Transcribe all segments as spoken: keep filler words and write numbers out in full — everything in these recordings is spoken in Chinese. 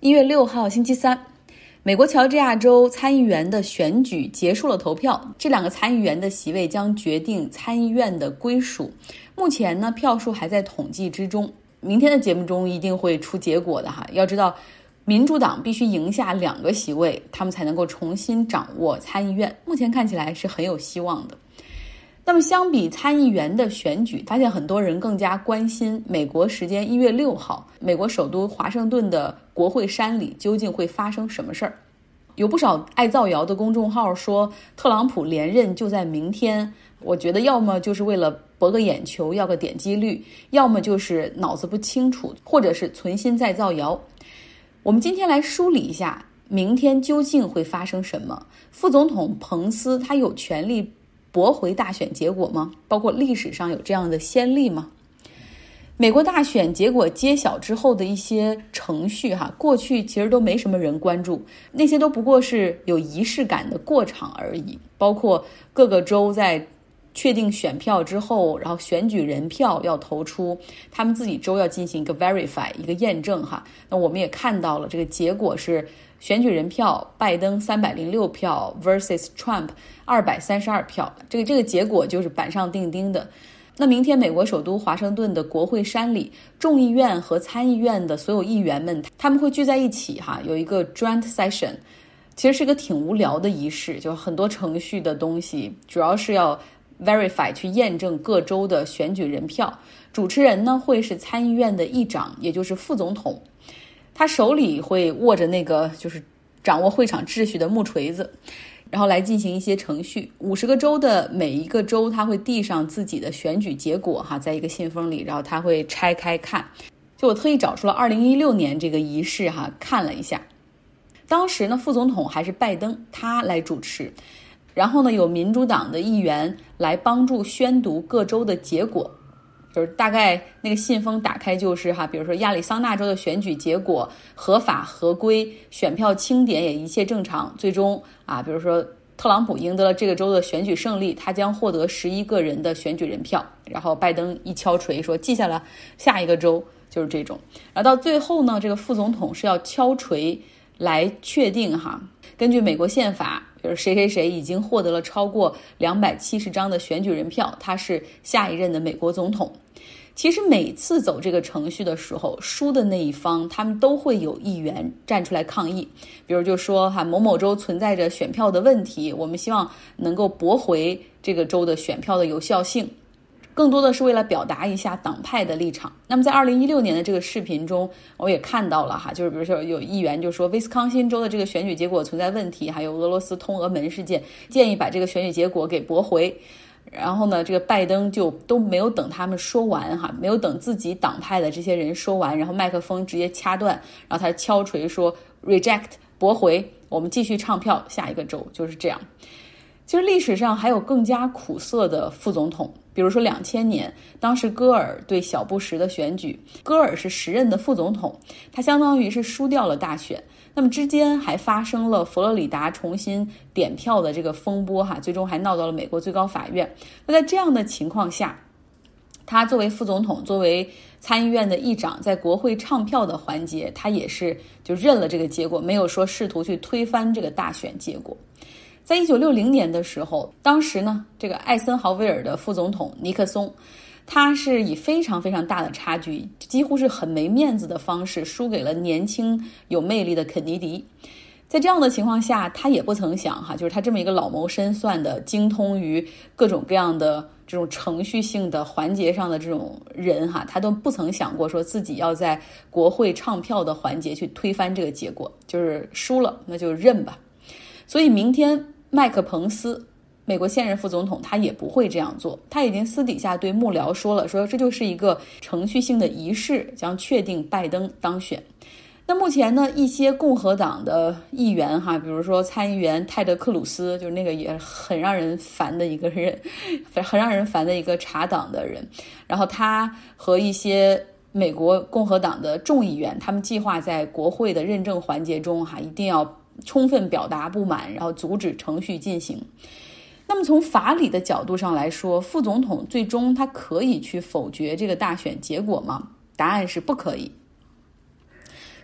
一月六号星期三，美国乔治亚州参议员的选举结束了投票，这两个参议员的席位将决定参议院的归属。目前呢，票数还在统计之中，明天的节目中一定会出结果的哈。要知道，民主党必须赢下两个席位，他们才能够重新掌握参议院。目前看起来是很有希望的。那么相比参议员的选举，发现很多人更加关心美国时间一月六号，美国首都华盛顿的国会山里究竟会发生什么事儿。有不少爱造谣的公众号说特朗普连任就在明天，我觉得要么就是为了博个眼球要个点击率，要么就是脑子不清楚，或者是存心在造谣。我们今天来梳理一下明天究竟会发生什么。副总统彭斯他有权利驳回大选结果吗？包括历史上有这样的先例吗？美国大选结果揭晓之后的一些程序哈，过去其实都没什么人关注，那些都不过是有仪式感的过场而已。包括各个州在确定选票之后，然后选举人票要投出，他们自己州要进行一个 verify 一个验证哈。那我们也看到了这个结果是选举人票拜登三百零六票 versus Trump 二百三十二票，这个这个结果就是板上钉钉的。那明天美国首都华盛顿的国会山里，众议院和参议院的所有议员们他们会聚在一起哈，有一个 joint session， 其实是个挺无聊的仪式，就很多程序的东西，主要是要 verify 去验证各州的选举人票。主持人呢会是参议院的议长，也就是副总统，他手里会握着那个就是掌握会场秩序的木锤子，然后来进行一些程序。五十个州的每一个州他会递上自己的选举结果哈，在一个信封里，然后他会拆开看。就我特意找出了二零一六年这个仪式哈，看了一下。当时呢，副总统还是拜登，他来主持，然后呢，有民主党的议员来帮助宣读各州的结果。就是大概那个信封打开就是哈，比如说亚利桑那州的选举结果合法合规，选票清点也一切正常，最终啊，比如说特朗普赢得了这个州的选举胜利，他将获得十一个人的选举人票，然后拜登一敲锤说记下了下一个州，就是这种。然后到最后呢，这个副总统是要敲锤来确定哈，根据美国宪法，就是谁谁谁已经获得了超过两百七十张的选举人票，他是下一任的美国总统。其实每次走这个程序的时候，输的那一方他们都会有议员站出来抗议，比如就说哈某某州存在着选票的问题，我们希望能够驳回这个州的选票的有效性，更多的是为了表达一下党派的立场。那么在二零一六年的这个视频中，我也看到了哈，就是比如说有议员就说威斯康辛州的这个选举结果存在问题，还有俄罗斯通俄门事件，建议把这个选举结果给驳回。然后呢，这个拜登就都没有等他们说完哈，没有等自己党派的这些人说完，然后麦克风直接掐断，然后他敲锤说 reject 驳回，我们继续唱票下一个州，就是这样。其实历史上还有更加苦涩的副总统，比如说两千年，当时戈尔对小布什的选举，戈尔是时任的副总统，他相当于是输掉了大选。那么之间还发生了佛罗里达重新点票的这个风波哈，最终还闹到了美国最高法院。那在这样的情况下，他作为副总统，作为参议院的议长，在国会唱票的环节，他也是就认了这个结果，没有说试图去推翻这个大选结果。在一九六零年的时候，当时呢，这个艾森豪威尔的副总统尼克松，他是以非常非常大的差距，几乎是很没面子的方式输给了年轻有魅力的肯尼迪。在这样的情况下，他也不曾想哈，就是他这么一个老谋深算的、精通于各种各样的这种程序性的环节上的这种人哈，他都不曾想过说自己要在国会唱票的环节去推翻这个结果，就是输了那就认吧。所以明天麦克彭斯，美国现任副总统，他也不会这样做。他已经私底下对幕僚说了，说这就是一个程序性的仪式，将确定拜登当选。那目前呢，一些共和党的议员哈，比如说参议员泰德克鲁斯，就是那个也很让人烦的一个人，很让人烦的一个茶党的人。然后他和一些美国共和党的众议员，他们计划在国会的认证环节中哈，一定要充分表达不满，然后阻止程序进行。那么从法理的角度上来说，副总统最终他可以去否决这个大选结果吗？答案是不可以。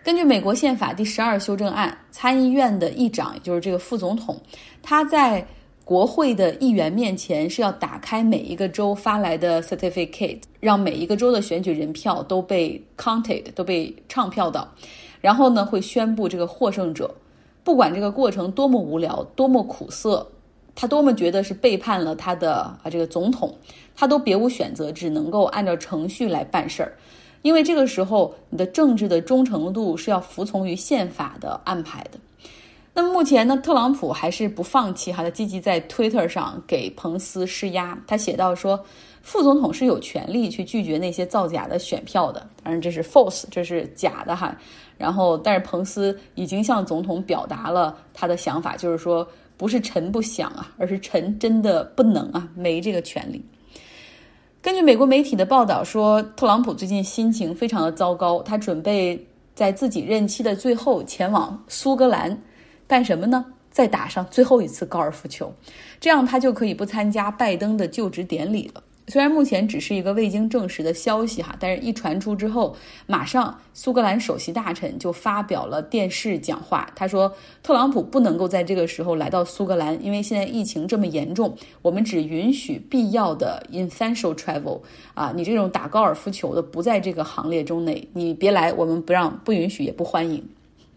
根据美国宪法第十二修正案，参议院的议长，也就是这个副总统，他在国会的议员面前是要打开每一个州发来的 certificate， 让每一个州的选举人票都被 counted， 都被唱票到，然后呢会宣布这个获胜者。不管这个过程多么无聊，多么苦涩，他多么觉得是背叛了他的啊这个总统，他都别无选择，只能够按照程序来办事儿。因为这个时候你的政治的忠诚度是要服从于宪法的安排的。那么目前呢，特朗普还是不放弃哈，他积极在 Twitter 上给彭斯施压。他写道说，副总统是有权利去拒绝那些造假的选票的，当然这是 false， 这是假的哈。然后但是彭斯已经向总统表达了他的想法，就是说不是臣不想啊，而是臣真的不能啊，没这个权利。根据美国媒体的报道说，特朗普最近心情非常的糟糕，他准备在自己任期的最后前往苏格兰干什么呢？再打上最后一次高尔夫球，这样他就可以不参加拜登的就职典礼了。虽然目前只是一个未经证实的消息哈，但是一传出之后，马上苏格兰首席大臣就发表了电视讲话。他说，特朗普不能够在这个时候来到苏格兰，因为现在疫情这么严重，我们只允许必要的 essential travel 啊，你这种打高尔夫球的不在这个行列中内，你别来，我们不让，不允许，也不欢迎。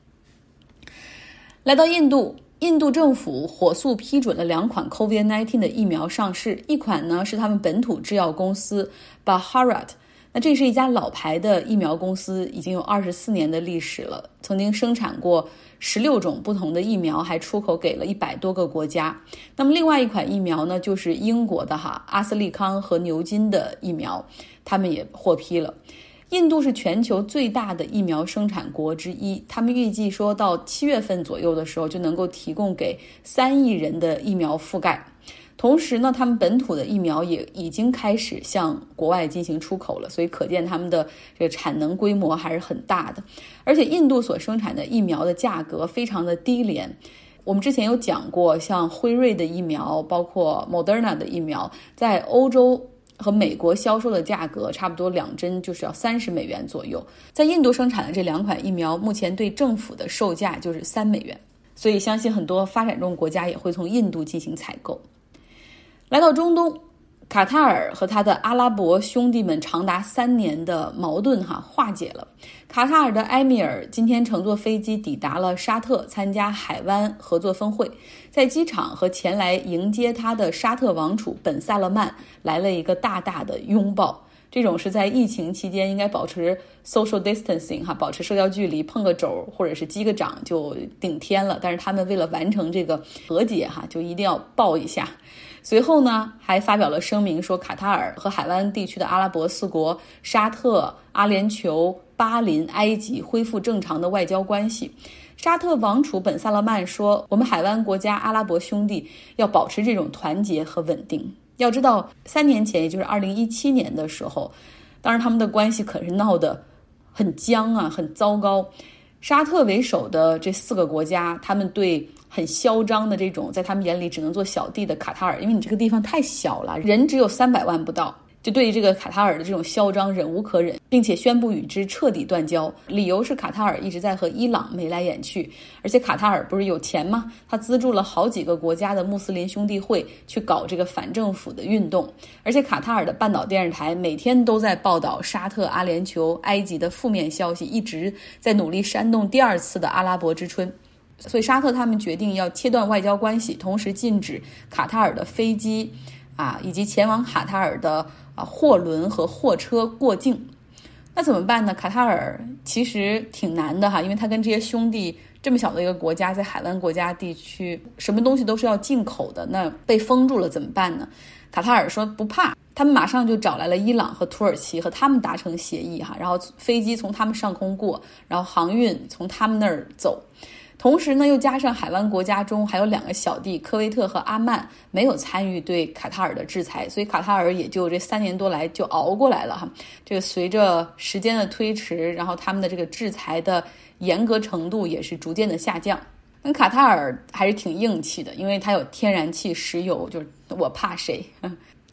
来到印度。印度政府火速批准了两款 COVID 十九 的疫苗上市，一款呢是他们本土制药公司 Bharat， 那这是一家老牌的疫苗公司，已经有二十四年的历史了，曾经生产过十六种不同的疫苗，还出口给了一百多个国家。那么另外一款疫苗呢，就是英国的哈阿斯利康和牛津的疫苗，他们也获批了。印度是全球最大的疫苗生产国之一，他们预计说到七月份左右的时候就能够提供给三亿人的疫苗覆盖。同时呢，他们本土的疫苗也已经开始向国外进行出口了，所以可见他们的这个产能规模还是很大的。而且印度所生产的疫苗的价格非常的低廉。我们之前有讲过，像辉瑞的疫苗，包括 Moderna 的疫苗，在欧洲和美国销售的价格差不多两针就是要三十美元左右，在印度生产的这两款疫苗目前对政府的售价就是三美元，所以相信很多发展中国家也会从印度进行采购。来到中东，卡塔尔和他的阿拉伯兄弟们长达三年的矛盾哈化解了。卡塔尔的埃米尔今天乘坐飞机抵达了沙特，参加海湾合作峰会，在机场和前来迎接他的沙特王储本萨勒曼来了一个大大的拥抱。这种是在疫情期间应该保持 social distancing 哈，保持社交距离，碰个肘或者是击个掌就顶天了。但是他们为了完成这个和解哈，就一定要抱一下。随后呢，还发表了声明说，卡塔尔和海湾地区的阿拉伯四国沙特、阿联酋、巴林、埃及恢复正常的外交关系。沙特王储本萨勒曼说，我们海湾国家阿拉伯兄弟要保持这种团结和稳定。要知道，三年前，也就是二零一七年的时候，当时他们的关系可是闹得很僵啊，很糟糕。沙特为首的这四个国家，他们对很嚣张的这种在他们眼里只能做小弟的卡塔尔，因为你这个地方太小了，人只有三百万不到，就对这个卡塔尔的这种嚣张忍无可忍，并且宣布与之彻底断交。理由是卡塔尔一直在和伊朗眉来眼去，而且卡塔尔不是有钱吗？他资助了好几个国家的穆斯林兄弟会去搞这个反政府的运动，而且卡塔尔的半岛电视台每天都在报道沙特、阿联酋、埃及的负面消息，一直在努力煽动第二次的阿拉伯之春。所以沙特他们决定要切断外交关系，同时禁止卡塔尔的飞机啊以及前往卡塔尔的啊货轮和货车过境。那怎么办呢？卡塔尔其实挺难的哈，因为他跟这些兄弟这么小的一个国家，在海湾国家地区，什么东西都是要进口的，那被封住了怎么办呢？卡塔尔说不怕，他们马上就找来了伊朗和土耳其，和他们达成协议哈，然后飞机从他们上空过，然后航运从他们那儿走。同时呢，又加上海湾国家中还有两个小弟科威特和阿曼没有参与对卡塔尔的制裁，所以卡塔尔也就这三年多来就熬过来了哈。这个随着时间的推迟，然后他们的这个制裁的严格程度也是逐渐的下降。那卡塔尔还是挺硬气的，因为它有天然气、石油，就是我怕谁？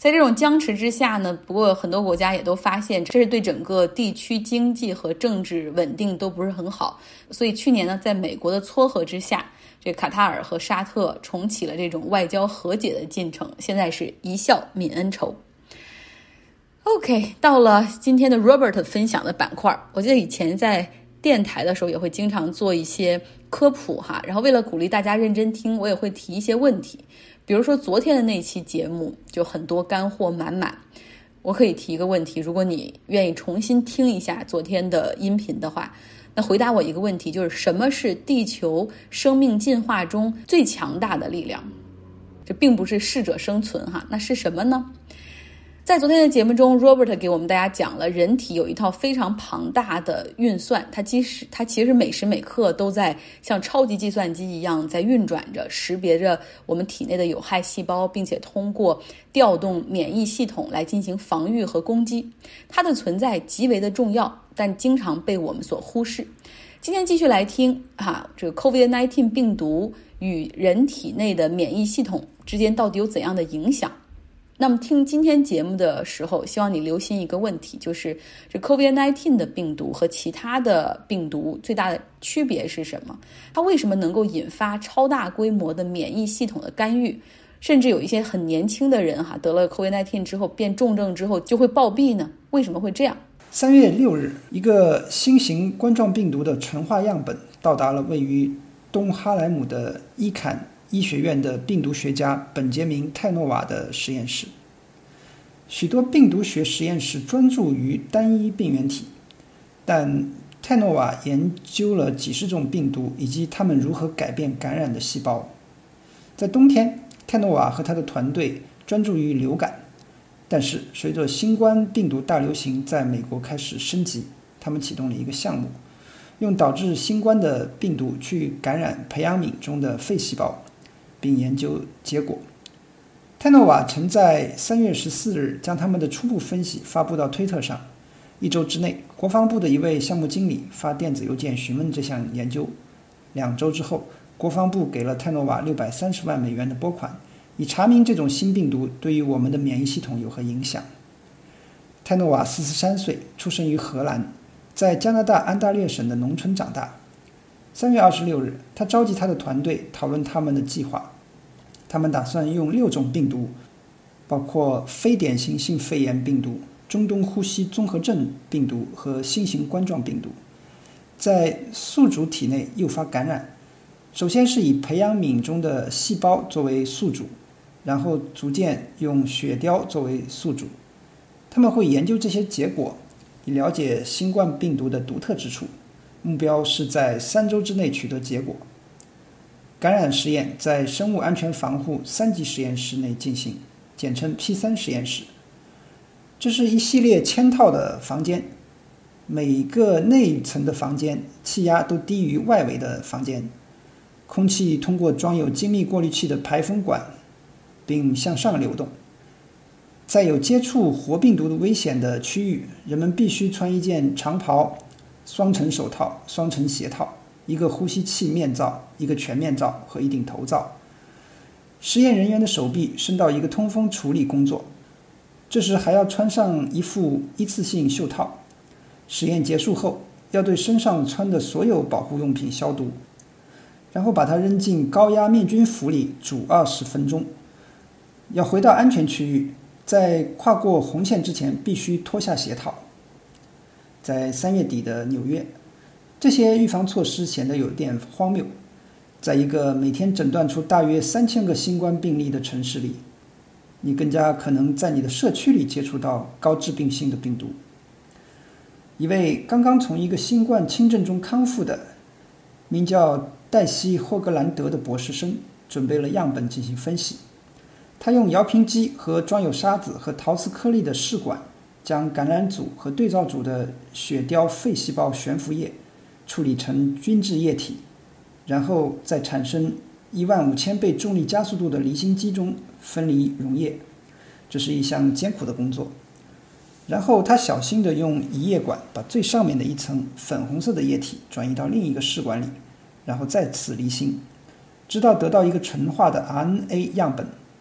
在这种僵持之下呢，不过很多国家也都发现这是对整个地区经济和政治稳定都不是很好，所以去年呢，在美国的撮合之下，这卡塔尔和沙特重启了这种外交和解的进程，现在是一笑泯恩仇。OK， 到了今天的 Robert 分享的板块，我记得以前在电台的时候也会经常做一些科普哈，然后为了鼓励大家认真听，我也会提一些问题。比如说昨天的那期节目就很多干货满满，我可以提一个问题，如果你愿意重新听一下昨天的音频的话，那回答我一个问题，就是什么是地球生命进化中最强大的力量？这并不是适者生存哈，那是什么呢？在昨天的节目中 Robert 给我们大家讲了人体有一套非常庞大的运算，它其实它其实每时每刻都在像超级计算机一样在运转着，识别着我们体内的有害细胞，并且通过调动免疫系统来进行防御和攻击。它的存在极为的重要，但经常被我们所忽视。今天继续来听哈，这个 COVID 十九 病毒与人体内的免疫系统之间到底有怎样的影响。那么听今天节目的时候，希望你留心一个问题，就是这 COVID 十九 的病毒和其他的病毒最大的区别是什么？它为什么能够引发超大规模的免疫系统的干预？甚至有一些很年轻的人哈，得了 COVID 十九 之后变重症之后就会暴毙呢？为什么会这样？ 三月六日，一个新型冠状病毒的纯化样本到达了位于东哈莱姆的伊坎医学院的病毒学家本杰明·泰诺瓦的实验室。许多病毒学实验室专注于单一病原体，但泰诺瓦研究了几十种病毒以及它们如何改变感染的细胞。在冬天，泰诺瓦和他的团队专注于流感，但是随着新冠病毒大流行在美国开始升级，他们启动了一个项目，用导致新冠的病毒去感染培养皿中的肺细胞，并研究结果。泰诺瓦曾在三月十四日将他们的初步分析发布到推特上。一周之内，国防部的一位项目经理发电子邮件询问这项研究。两周之后，国防部给了泰诺瓦六百三十万美元的拨款，以查明这种新病毒对于我们的免疫系统有何影响。泰诺瓦四十三岁，出生于荷兰，在加拿大安大略省的农村长大。三月二十六日，他召集他的团队讨论他们的计划。他们打算用六种病毒，包括非典型性肺炎病毒、中东呼吸综合症病毒和新型冠状病毒，在宿主体内诱发感染。首先是以培养皿中的细胞作为宿主，然后逐渐用血貂作为宿主。他们会研究这些结果，以了解新冠病毒的独特之处，目标是在三周之内取得结果。感染实验在生物安全防护三级实验室内进行，简称 P 三 实验室。这是一系列嵌套的房间，每个内层的房间气压都低于外围的房间，空气通过装有精密过滤器的排风管并向上流动。在有接触活病毒的危险的区域，人们必须穿一件长袍、双层手套、双层鞋套、一个呼吸器面罩、一个全面罩和一顶头罩。实验人员的手臂伸到一个通风处理工作，这时还要穿上一副一次性袖套。实验结束后，要对身上穿的所有保护用品消毒，然后把它扔进高压灭菌釜里煮二十分钟。要回到安全区域，在跨过红线之前必须脱下鞋套。在三月底的纽约，这些预防措施显得有点荒谬。在一个每天诊断出大约三千个新冠病例的城市里，你更加可能在你的社区里接触到高致病性的病毒。一位刚刚从一个新冠轻症中康复的名叫黛西·霍格兰德的博士生准备了样本进行分析。他用摇瓶机和装有沙子和陶瓷颗粒的试管，将感染组和对照组的血貂肺细胞悬浮液处理成均质液体，然后在产生一万五千倍重力加速度的离心机中分离溶液。这是一项艰苦的工作。然后他小心地用移液管把最上面的一层粉红色的液体转移到另一个试管里，然后再次离心，直到得到一个纯化的 R N A 样本。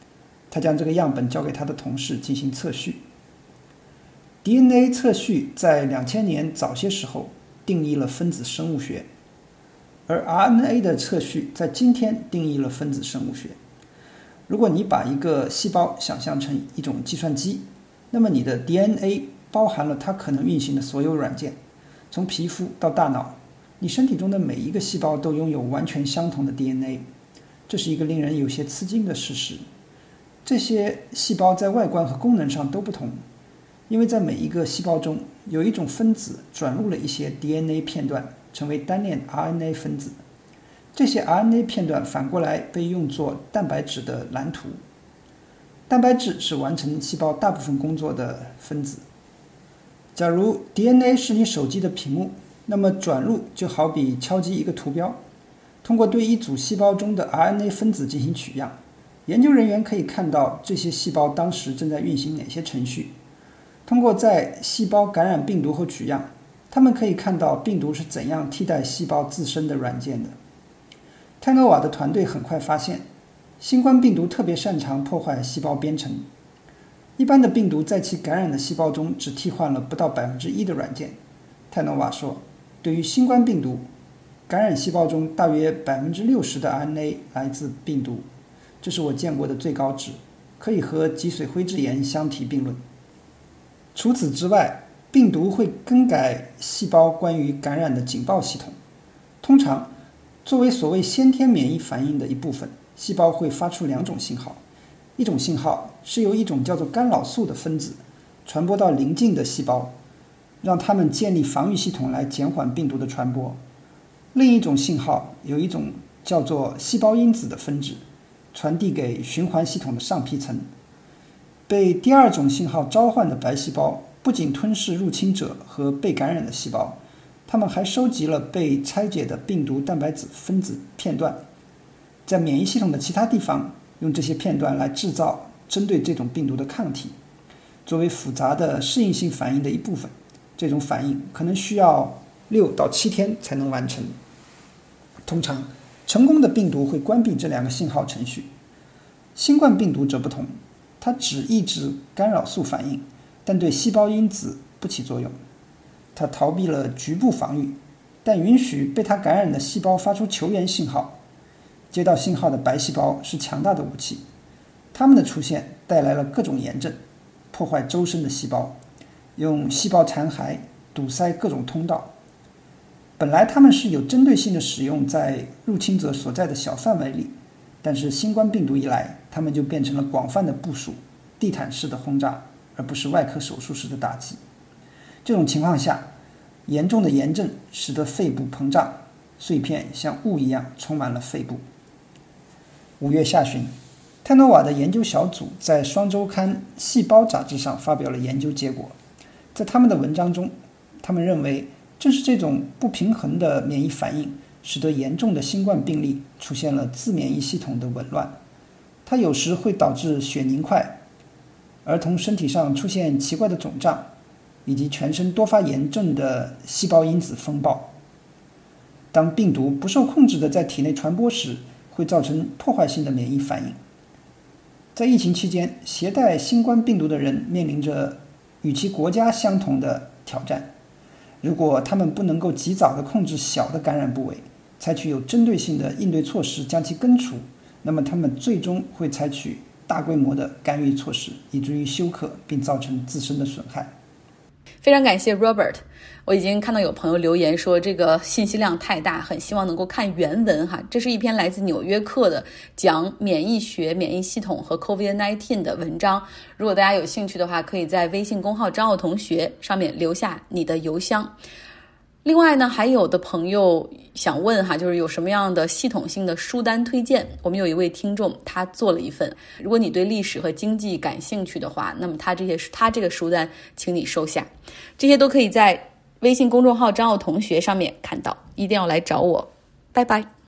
他将这个样本交给他的同事进行测序。D N A 测序在两千年早些时候定义了分子生物学，而 R N A 的测序在今天定义了分子生物学。如果你把一个细胞想象成一种计算机，那么你的 D N A 包含了它可能运行的所有软件，从皮肤到大脑，你身体中的每一个细胞都拥有完全相同的 D N A， 这是一个令人有些吃惊的事实。这些细胞在外观和功能上都不同，因为在每一个细胞中有一种分子转入了一些 D N A 片段，成为单链 R N A 分子。这些 R N A 片段反过来被用作蛋白质的蓝图。蛋白质是完成细胞大部分工作的分子。假如 D N A 是你手机的屏幕，那么转入就好比敲击一个图标。通过对一组细胞中的 R N A 分子进行取样，研究人员可以看到这些细胞当时正在运行哪些程序。通过在细胞感染病毒后取样，他们可以看到病毒是怎样替代细胞自身的软件的。泰诺瓦的团队很快发现，新冠病毒特别擅长破坏细胞编程。一般的病毒在其感染的细胞中只替换了不到 百分之一 的软件。泰诺瓦说，对于新冠病毒，感染细胞中大约 百分之六十 的 R N A 来自病毒，这是我见过的最高值，可以和脊髓灰质炎相提并论。除此之外，病毒会更改细胞关于感染的警报系统。通常，作为所谓先天免疫反应的一部分，细胞会发出两种信号。一种信号是由一种叫做干扰素的分子传播到邻近的细胞，让它们建立防御系统来减缓病毒的传播。另一种信号有一种叫做细胞因子的分子传递给循环系统的上皮层。被第二种信号召唤的白细胞不仅吞噬入侵者和被感染的细胞，它们还收集了被拆解的病毒蛋白质分子片段，在免疫系统的其他地方用这些片段来制造针对这种病毒的抗体。作为复杂的适应性反应的一部分，这种反应可能需要六到七天才能完成。通常，成功的病毒会关闭这两个信号程序。新冠病毒则不同，它只抑制干扰素反应，但对细胞因子不起作用。它逃避了局部防御，但允许被它感染的细胞发出求援信号。接到信号的白细胞是强大的武器，它们的出现带来了各种炎症，破坏周身的细胞，用细胞残骸堵塞各种通道。本来它们是有针对性的使用在入侵者所在的小范围里，但是新冠病毒一来，它们就变成了广泛的部署，地毯式的轰炸，而不是外科手术式的打击。这种情况下，严重的炎症使得肺部膨胀，碎片像雾一样充满了肺部。五月下旬，泰诺瓦的研究小组在双周刊《细胞》杂志上发表了研究结果。在他们的文章中，他们认为正是这种不平衡的免疫反应，使得严重的新冠病例出现了自免疫系统的紊乱。它有时会导致血凝块，儿童身体上出现奇怪的肿胀，以及全身多发炎症的细胞因子风暴。当病毒不受控制地在体内传播时，会造成破坏性的免疫反应。在疫情期间，携带新冠病毒的人面临着与其国家相同的挑战。如果他们不能够及早地控制小的感染部位，采取有针对性的应对措施将其根除，那么他们最终会采取大规模的干预措施，以至于休克并造成自身的损害。 非常感谢 Robert， 我已经看到有朋友留言说这个信息量太大，很希望能够看原文哈。这是一篇来自纽约客的讲免疫学、免疫系统和 COVID 十九 的文章。如果大家有兴趣的话，可以在微信公号张奥同学上面留下你的邮箱。另外呢，还有的朋友想问哈，就是有什么样的系统性的书单推荐？我们有一位听众，他做了一份。如果你对历史和经济感兴趣的话，那么他这些他这个书单，请你收下。这些都可以在微信公众号张奥同学上面看到，一定要来找我。拜拜。